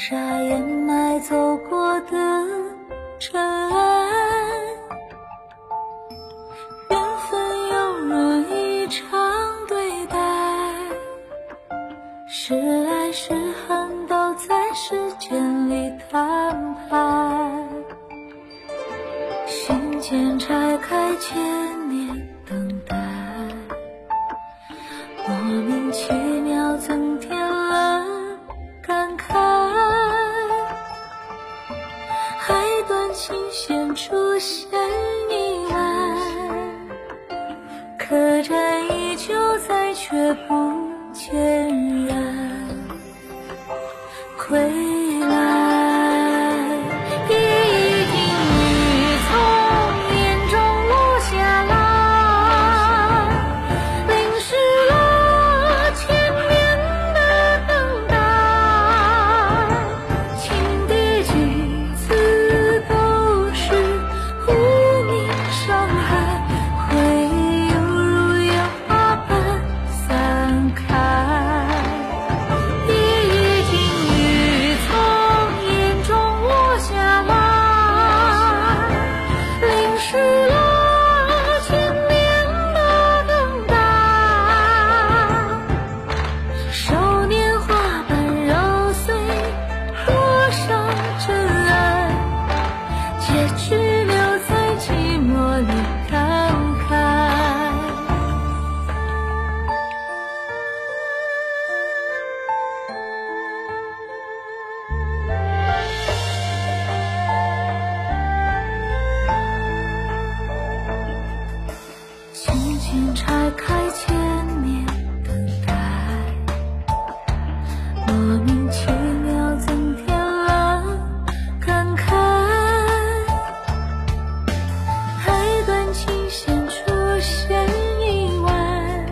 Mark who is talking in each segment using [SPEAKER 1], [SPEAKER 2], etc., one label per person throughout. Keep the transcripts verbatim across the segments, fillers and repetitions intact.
[SPEAKER 1] 沙掩埋走过的尘埃，缘分犹如一场对待，是爱是恨都在时间里摊牌，心间拆开千年等待，莫名其妙增添了感慨，海断琴弦出现意外，客栈依旧在却不见人归来，一滴雨从眼中落下来，淋湿了千年的等待，情敌几次都是无名伤害，回忆犹如烟花般散开，一滴雨从眼中落下来，淋湿了千年的等待，少年花瓣揉碎，若上真爱，结局留在寂寞里感慨。轻轻拆开千年等待，莫名其妙增添了感慨，海断琴弦出现意外，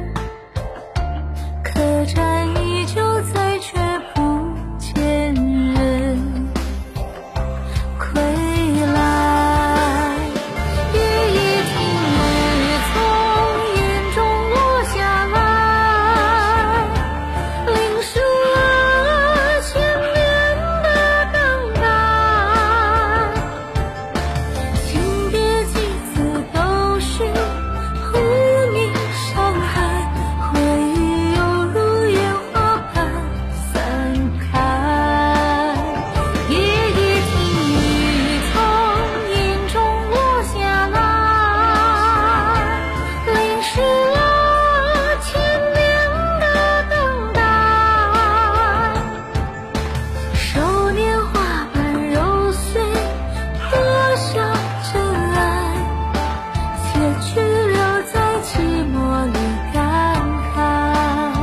[SPEAKER 1] 客栈依旧在却不见人归来，一滴雨从眼中落下来，淋湿了千年的等待，情别几次都是无名伤害，回忆犹如烟花般散开，一滴雨从眼中落下来，淋湿了千年的等待，少年花瓣揉碎，落下真爱，结局留在寂寞里感慨。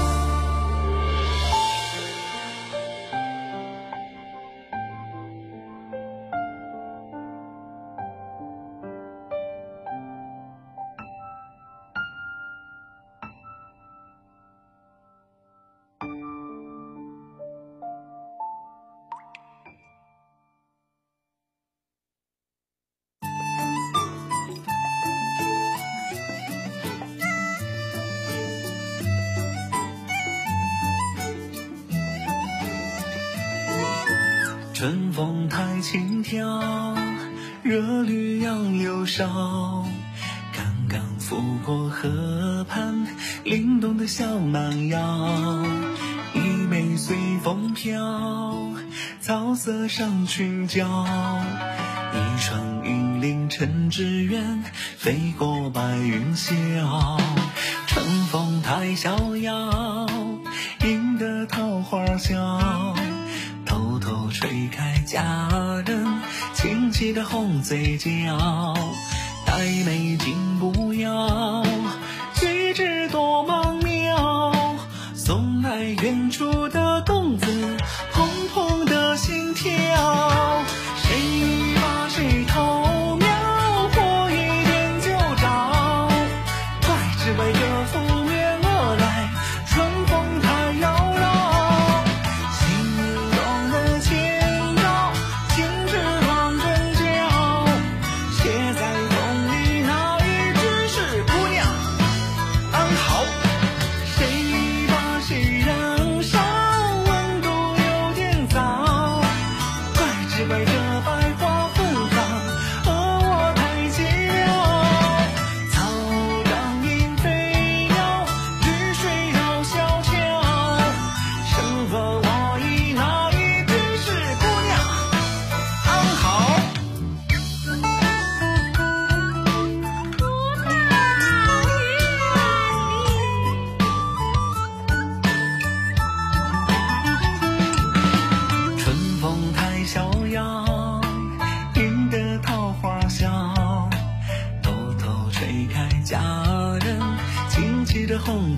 [SPEAKER 2] 春风太轻佻，热绿杨柳梢，刚刚拂过河畔，灵动的小蛮腰，一杯随风飘，草色上裙角，一双玉领陈志远，飞过白云霄，春风太逍遥，引得桃花笑，偷偷吹开佳人清晰的红嘴角，黛眉紧不摇，举止多曼妙，送来远处的公子砰砰的心跳，谁把谁偷瞄，火一点就着，快只为个拂面而来，春风太妖娆，心动的千招，情之光真娇，且在风里那一只是姑娘安好，谁把谁燃烧，温度有点早，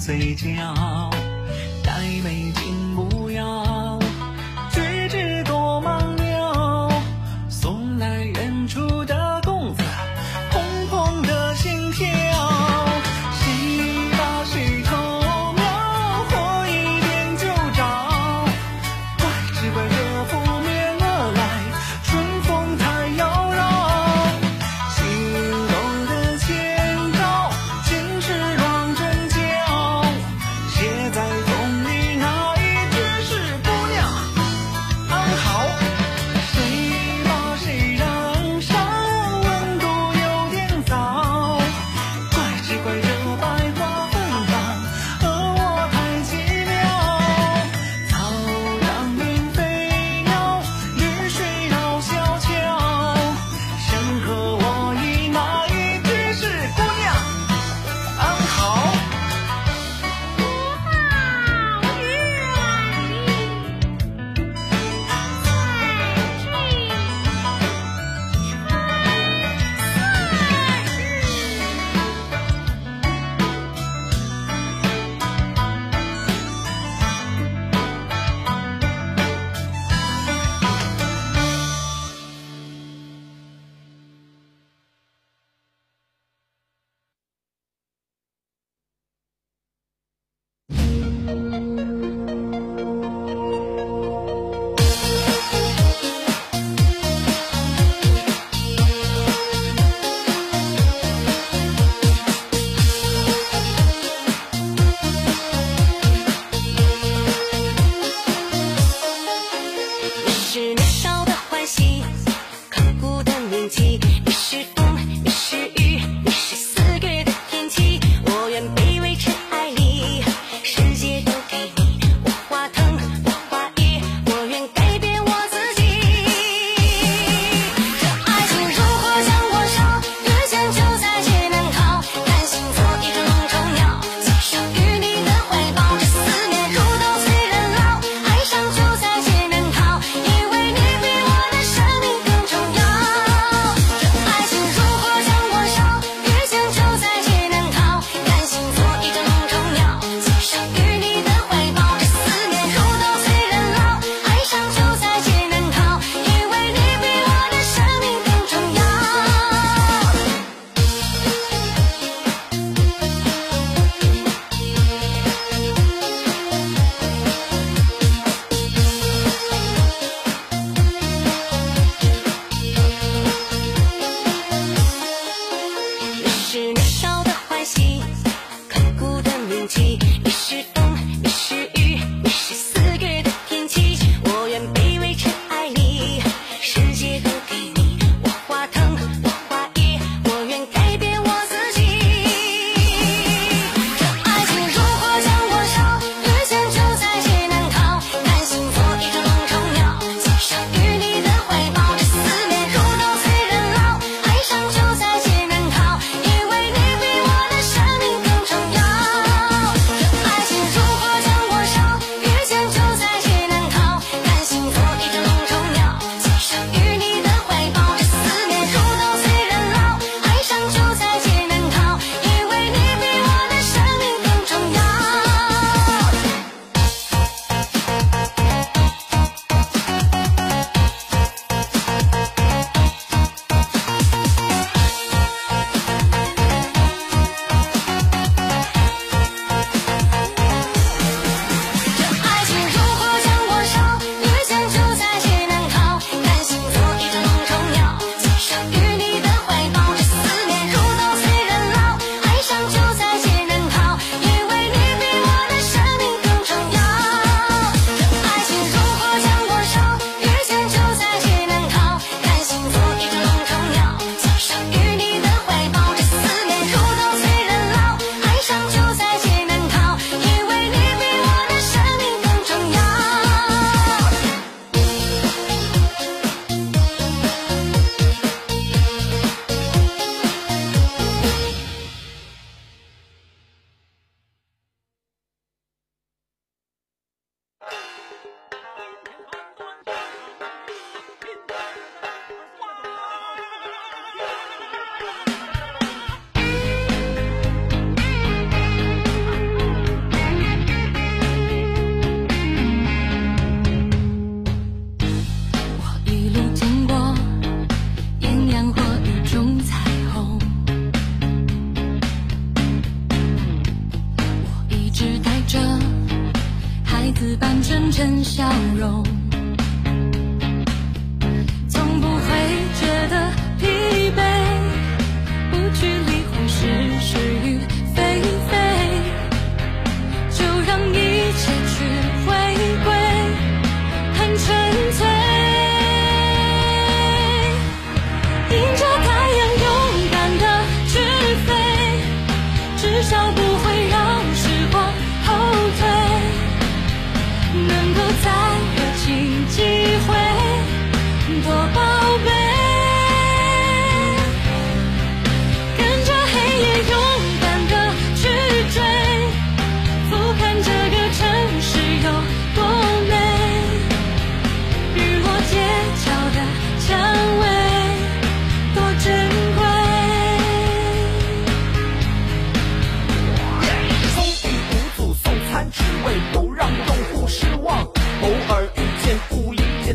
[SPEAKER 2] 嘴角，黛眉紧不摇，举止多忙溜，送来远处的公子，砰砰的心跳。谁把谁偷瞄，火一点就着，怪只怪这扑面而来，春风太妖娆。心动的前兆，竟是乱阵脚，写在风里那一句是姑娘安好。谁把谁让上，温度有点早，怪只怪这百花芬芳，而我太寂寥。草长莺飞鸟，绿水绕小桥，想和我意那一句是姑娘安好。
[SPEAKER 3] 你是年少的欢喜，刻骨的铭记。你是风，你是雨，你是四月的天气。我愿卑微尘埃里，世界都给你。我花藤，我花叶，我愿改变我自己。这爱情如火像火烧，遇见就在劫难逃。甘心做一种虫鸟，寄生于你的怀抱。这思念如刀催人老，爱上就在劫难逃。因为你比我的深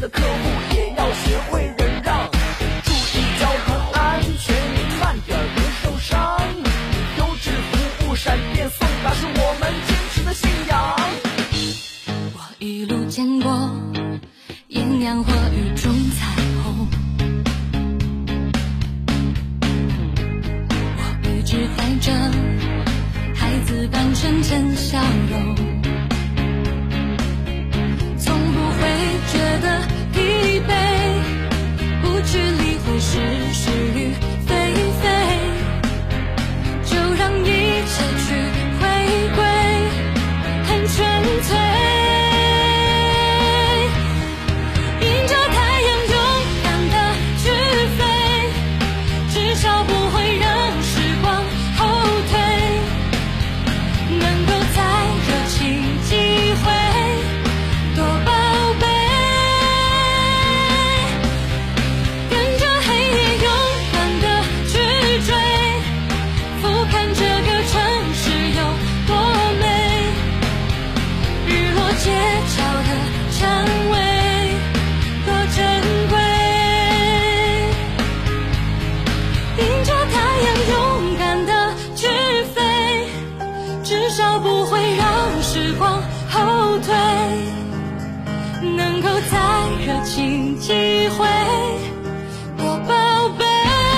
[SPEAKER 4] 的客户也要学会忍让，注意交通安全，您慢点别受伤。优质服务闪电送达是我们坚持的信仰。
[SPEAKER 1] 我一路见过艳阳或雨中彩虹，我一直带着孩子般纯真笑容，从不会觉得疲惫，不去理会是是与非非，就让一切去回归，很纯粹。迎着太阳勇敢的去飞，至少不会让时光后退，能够再热情几回多宝贝。跟着黑夜勇敢的去追，俯瞰这个城市有多美，日落街角的蔷薇多珍贵。迎着太阳勇敢的去飞，至少不会让时光后退，能够再热情几回多宝贝。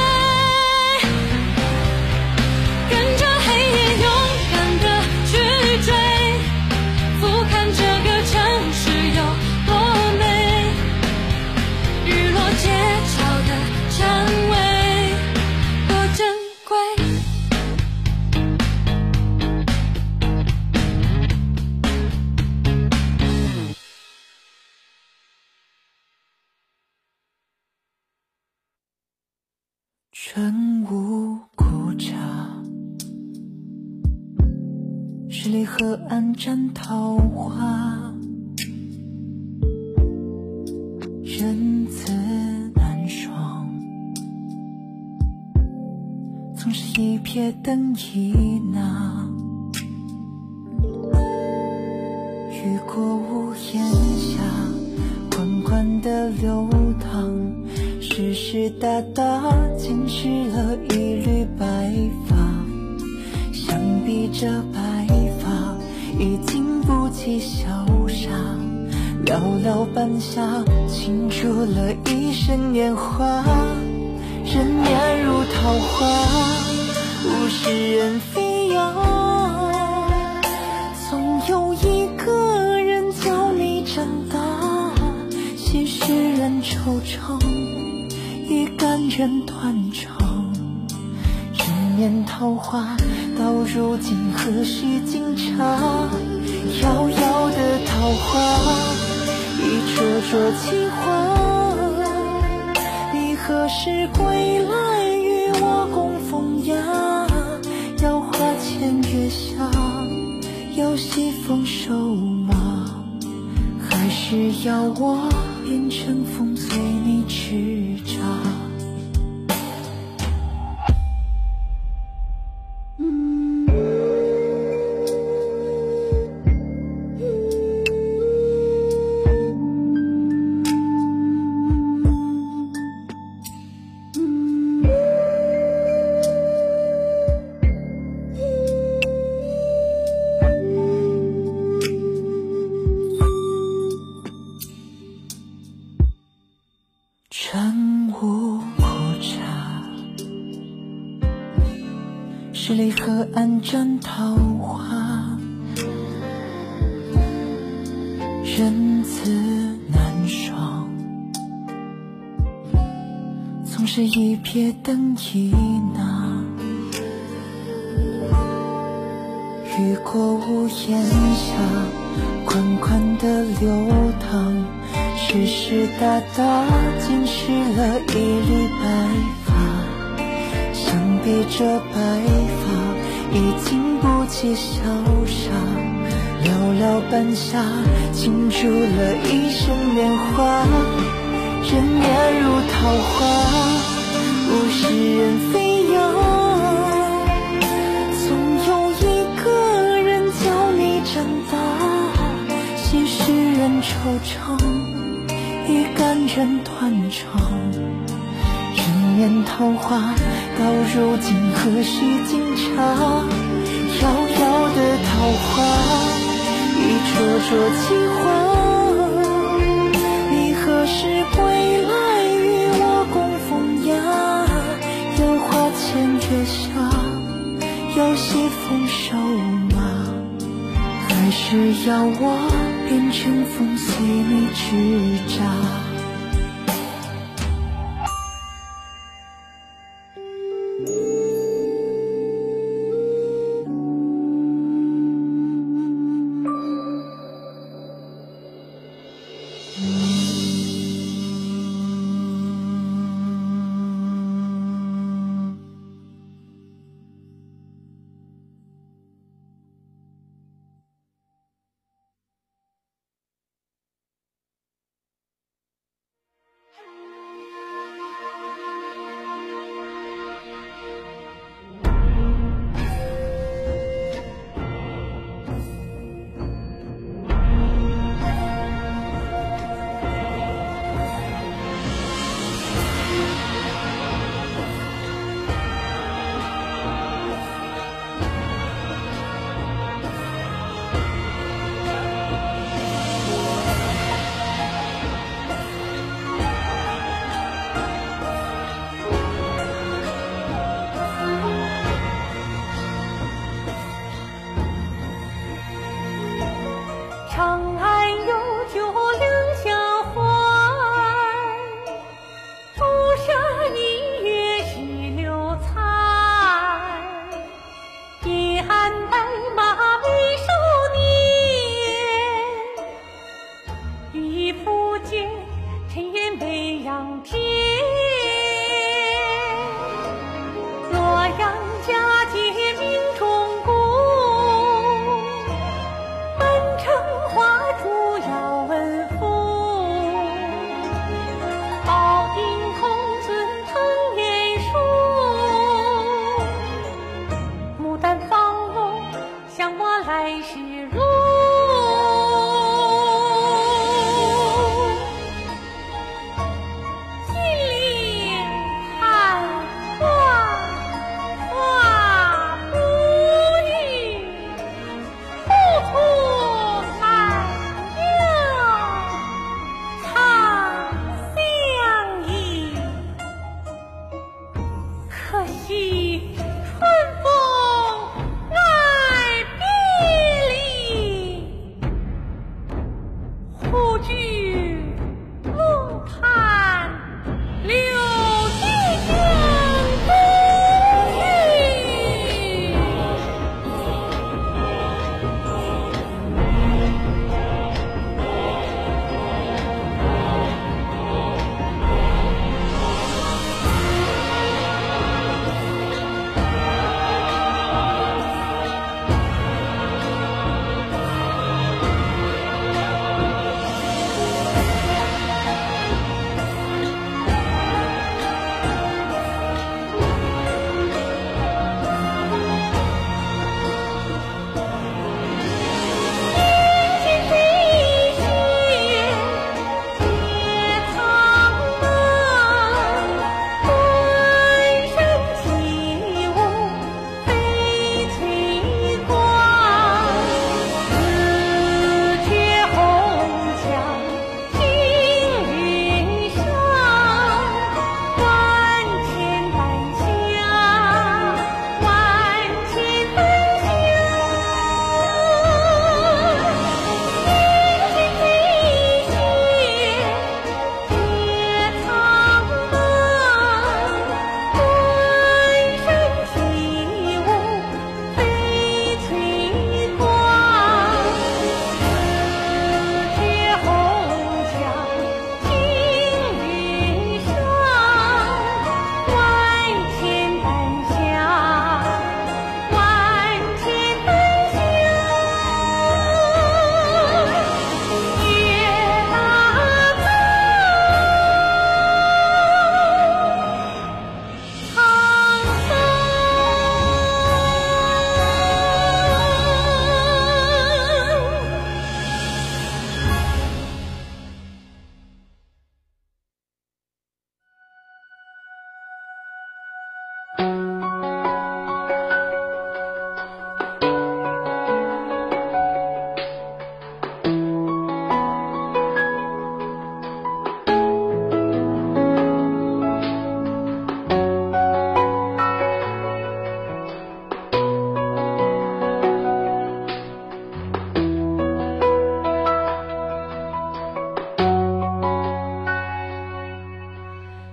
[SPEAKER 1] 跟着黑夜勇敢的去追，俯瞰这个城市有多美，日落街角的蔷薇多珍贵。
[SPEAKER 2] 晨雾苦茶，十里河岸沾桃花，人自难双，总是一瞥等一拿，雨过屋檐下，缓缓的流淌，湿湿哒哒浸湿了一缕白发，想必这白发已经不及潇洒，寥寥半夏倾注了一生年华，人面如桃花，物是人非呀，总有一个人叫你长大，昔时人惆怅，已甘愿断肠，人面桃花到如今何须惊诧，遥遥的桃花一灼灼情花，你何时归来与我共风雅，要花前月下，要西风瘦马，还是要我变成风随你叱咤。晨雾苦茶，十里河岸沾桃花，人自难双，总是一瞥等一拿，雨过屋檐下，款款的流淌，湿湿哒哒浸湿了一缕白发，想必这白发已经不及潇洒，寥寥半夏倾注了一生年华，人面如桃花，物是人非呀，总有一个人叫你长大，昔时人惆怅，
[SPEAKER 5] 已感人断肠。人面桃花到如今何须惊诧？遥遥的桃花，一灼灼情花。你何时归来与我共风雅？要花前月下，要西风瘦马，还是要我变成风随你枝桠？
[SPEAKER 1] 长安有酒两相欢，不舍明月须留残。一hand白马美少年，玉扑肩，尘烟未让天。洛阳佳节命中宫，满城花烛要问风。宝应孔尊藤原树，牡丹芳浓，向我来时如。夜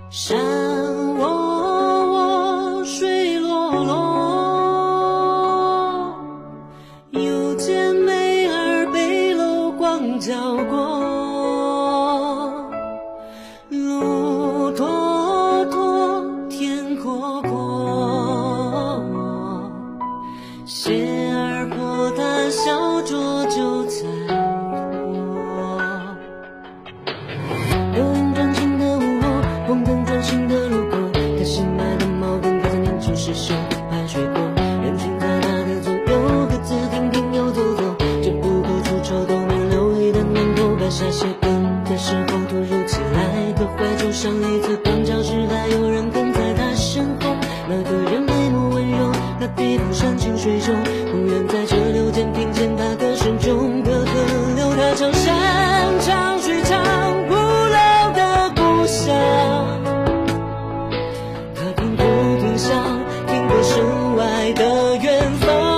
[SPEAKER 1] 山窝窝水落落，又见妹儿背篓光脚过。路蹉跎天阔阔，鞋儿破它小酌就在我。有人专情的午后，红灯专心的路过，他新买的毛灯盖在年轻时手拍水过。人群在那个左右，各自停停又走走，这不够出丑都能流泪的年头，该下血本的时候突如其来的怀旧伤一次，碰巧时还有人跟在他身后，那个人眉目温柔，他皮肤山清水秀，忽然在车流间听见他歌声中的河流，他唱山唱水唱古老的故乡，他听不听笑，听歌声外的远方。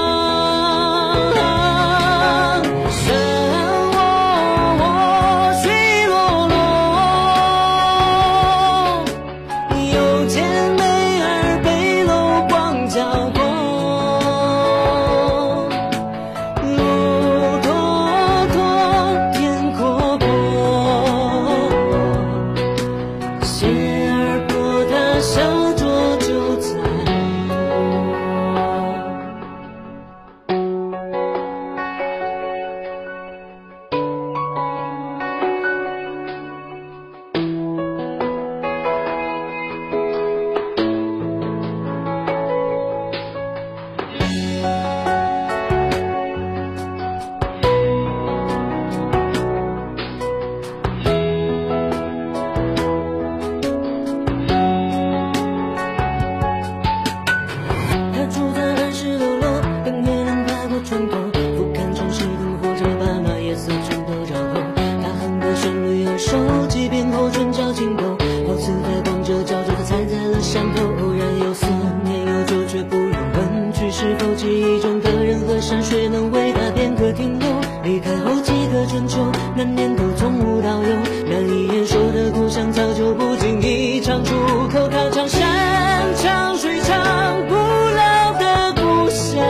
[SPEAKER 1] 离开后几个春秋，那年头从无到有，那一眼说的故乡早就不经意唱出口。他唱山唱水唱古老的故乡，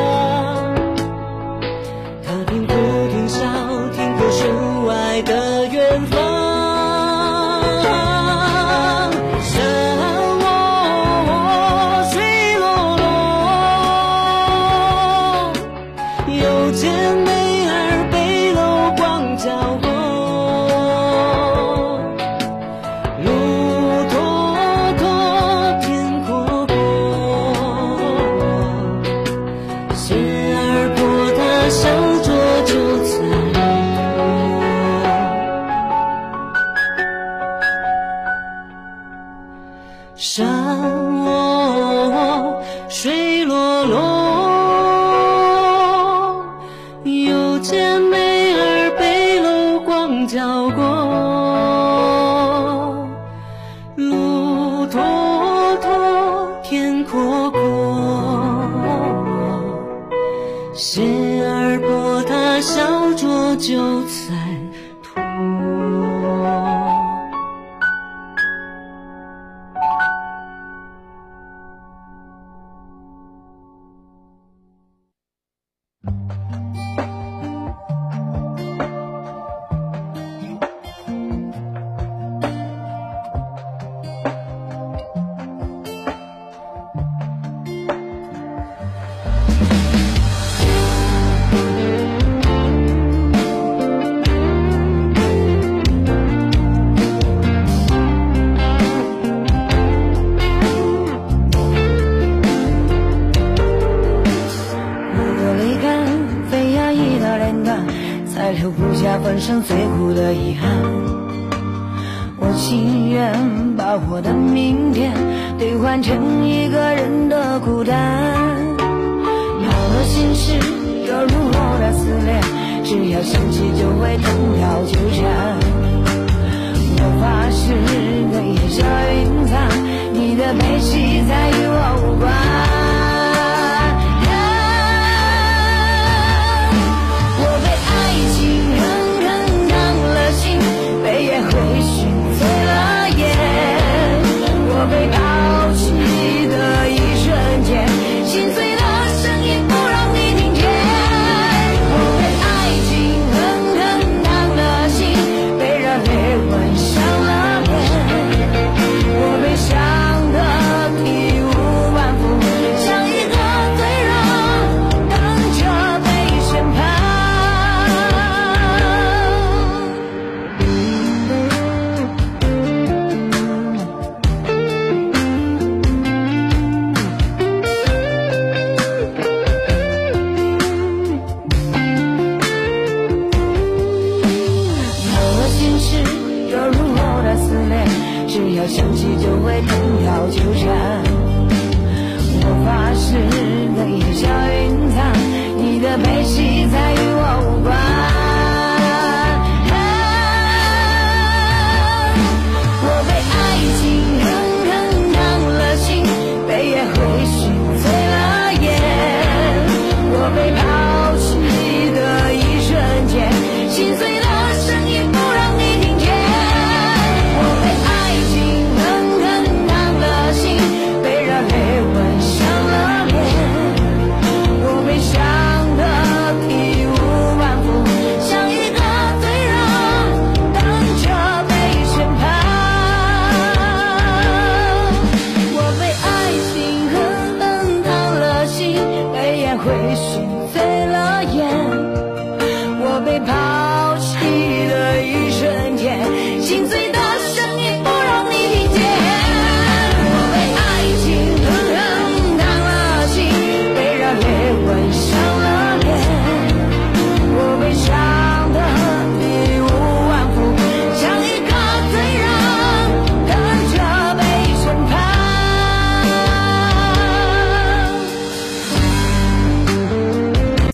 [SPEAKER 1] 他听不听笑，听歌声外的远方。山窝窝水落落，又见妹儿背篓光脚过。路蹉跎天阔阔，鞋儿破它小酌就在途。
[SPEAKER 5] 留不下分身最苦的遗憾，我情愿把我的明天兑换成一个人的孤单。有了心事又如何的撕裂，只要想起就会痛到纠缠。我发誓可以笑隐藏，你的悲喜再与我无关。回寻醉了眼，我
[SPEAKER 6] 被抛弃的一瞬间，心碎的声音不让你听见。我被爱情狠狠烫了心，被热泪吻上了脸，我被伤得体无完肤，像一个罪人等着被审判。只要想起就会藤条纠缠，我发誓可以小云藏，你的悲喜再与我无关。